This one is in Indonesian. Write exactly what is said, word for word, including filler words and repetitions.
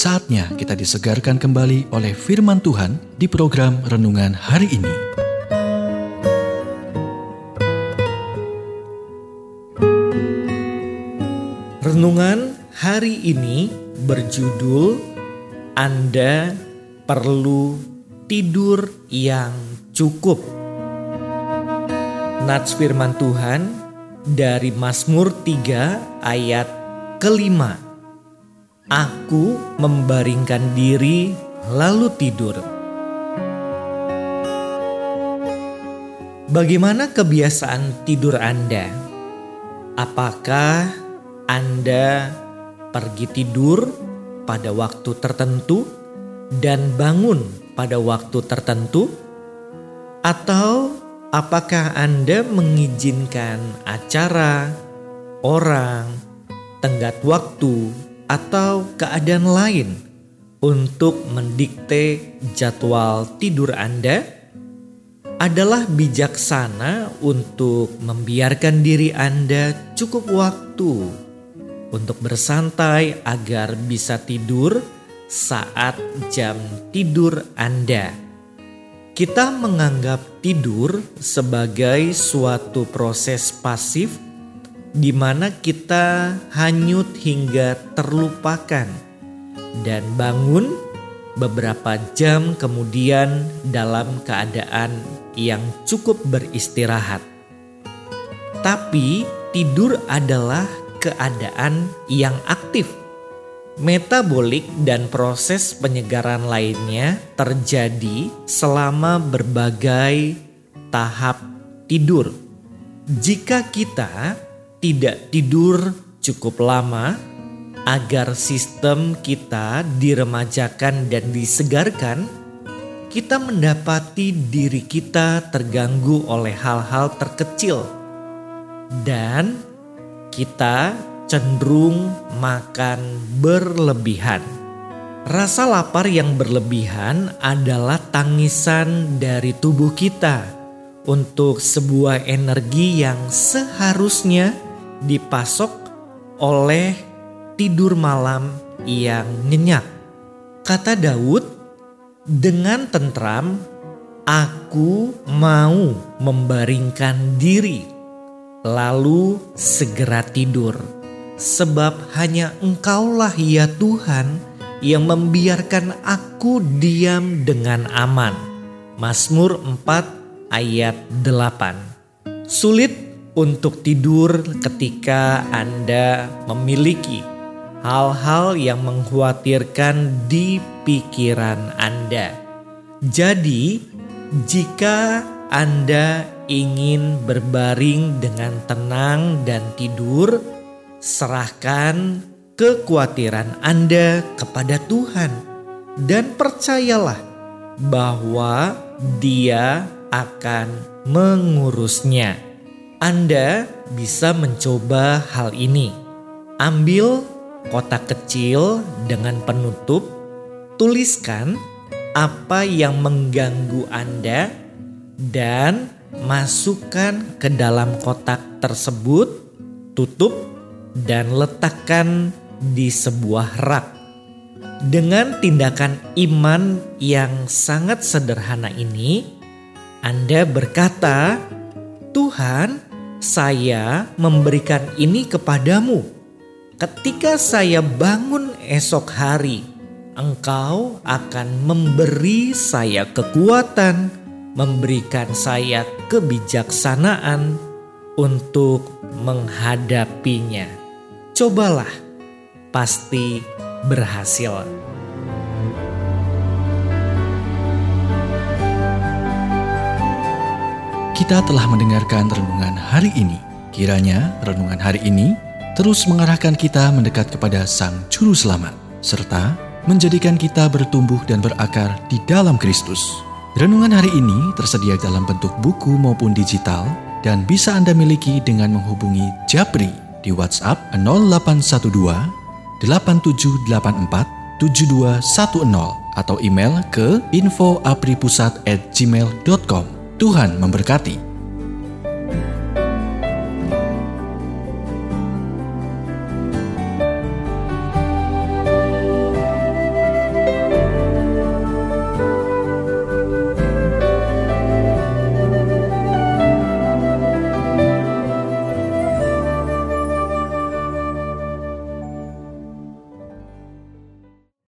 Saatnya kita disegarkan kembali oleh firman Tuhan di program Renungan Hari Ini. Renungan hari ini berjudul Anda perlu tidur yang cukup. Nats firman Tuhan dari Mazmur tiga ayat kelima. Aku membaringkan diri lalu tidur. Bagaimana kebiasaan tidur Anda? Apakah Anda pergi tidur pada waktu tertentu dan bangun pada waktu tertentu? Atau apakah Anda mengizinkan acara, orang, tenggat waktu, atau keadaan lain untuk mendikte jadwal tidur Anda? Adalah bijaksana untuk membiarkan diri Anda cukup waktu untuk bersantai agar bisa tidur saat jam tidur Anda. Kita menganggap tidur sebagai suatu proses pasif di mana kita hanyut hingga terlupakan dan bangun beberapa jam kemudian dalam keadaan yang cukup beristirahat. Tapi tidur adalah keadaan yang aktif. Metabolik dan proses penyegaran lainnya terjadi selama berbagai tahap tidur. Jika kita tidak tidur cukup lama agar sistem kita diremajakan dan disegarkan, kita mendapati diri kita terganggu oleh hal-hal terkecil dan kita cenderung makan berlebihan. Rasa lapar yang berlebihan adalah tangisan dari tubuh kita untuk sebuah energi yang seharusnya dipasok oleh tidur malam yang nyenyak. Kata Daud, dengan tentram aku mau membaringkan diri, lalu segera tidur. Sebab hanya Engkaulah ya Tuhan yang membiarkan aku diam dengan aman. Mazmur empat ayat delapan. Sulit untuk tidur ketika Anda memiliki hal-hal yang mengkhawatirkan di pikiran Anda. Jadi, jika Anda ingin berbaring dengan tenang dan tidur, serahkan kekhawatiran Anda kepada Tuhan dan percayalah bahwa Dia akan mengurusnya. Anda bisa mencoba hal ini. Ambil kotak kecil dengan penutup, tuliskan apa yang mengganggu Anda dan masukkan ke dalam kotak tersebut, tutup dan letakkan di sebuah rak. Dengan tindakan iman yang sangat sederhana ini, Anda berkata, Tuhan, saya memberikan ini kepadamu. Ketika saya bangun esok hari, Engkau akan memberi saya kekuatan, memberikan saya kebijaksanaan untuk menghadapinya. Cobalah, pasti berhasil. Kita telah mendengarkan renungan hari ini. Kiranya renungan hari ini terus mengarahkan kita mendekat kepada Sang Juru Selamat, serta menjadikan kita bertumbuh dan berakar di dalam Kristus. Renungan hari ini tersedia dalam bentuk buku maupun digital dan bisa Anda miliki dengan menghubungi Japri di WhatsApp nol delapan satu dua delapan tujuh delapan empat tujuh dua satu nol atau email ke info apripusat at gmail dot com. Tuhan memberkati.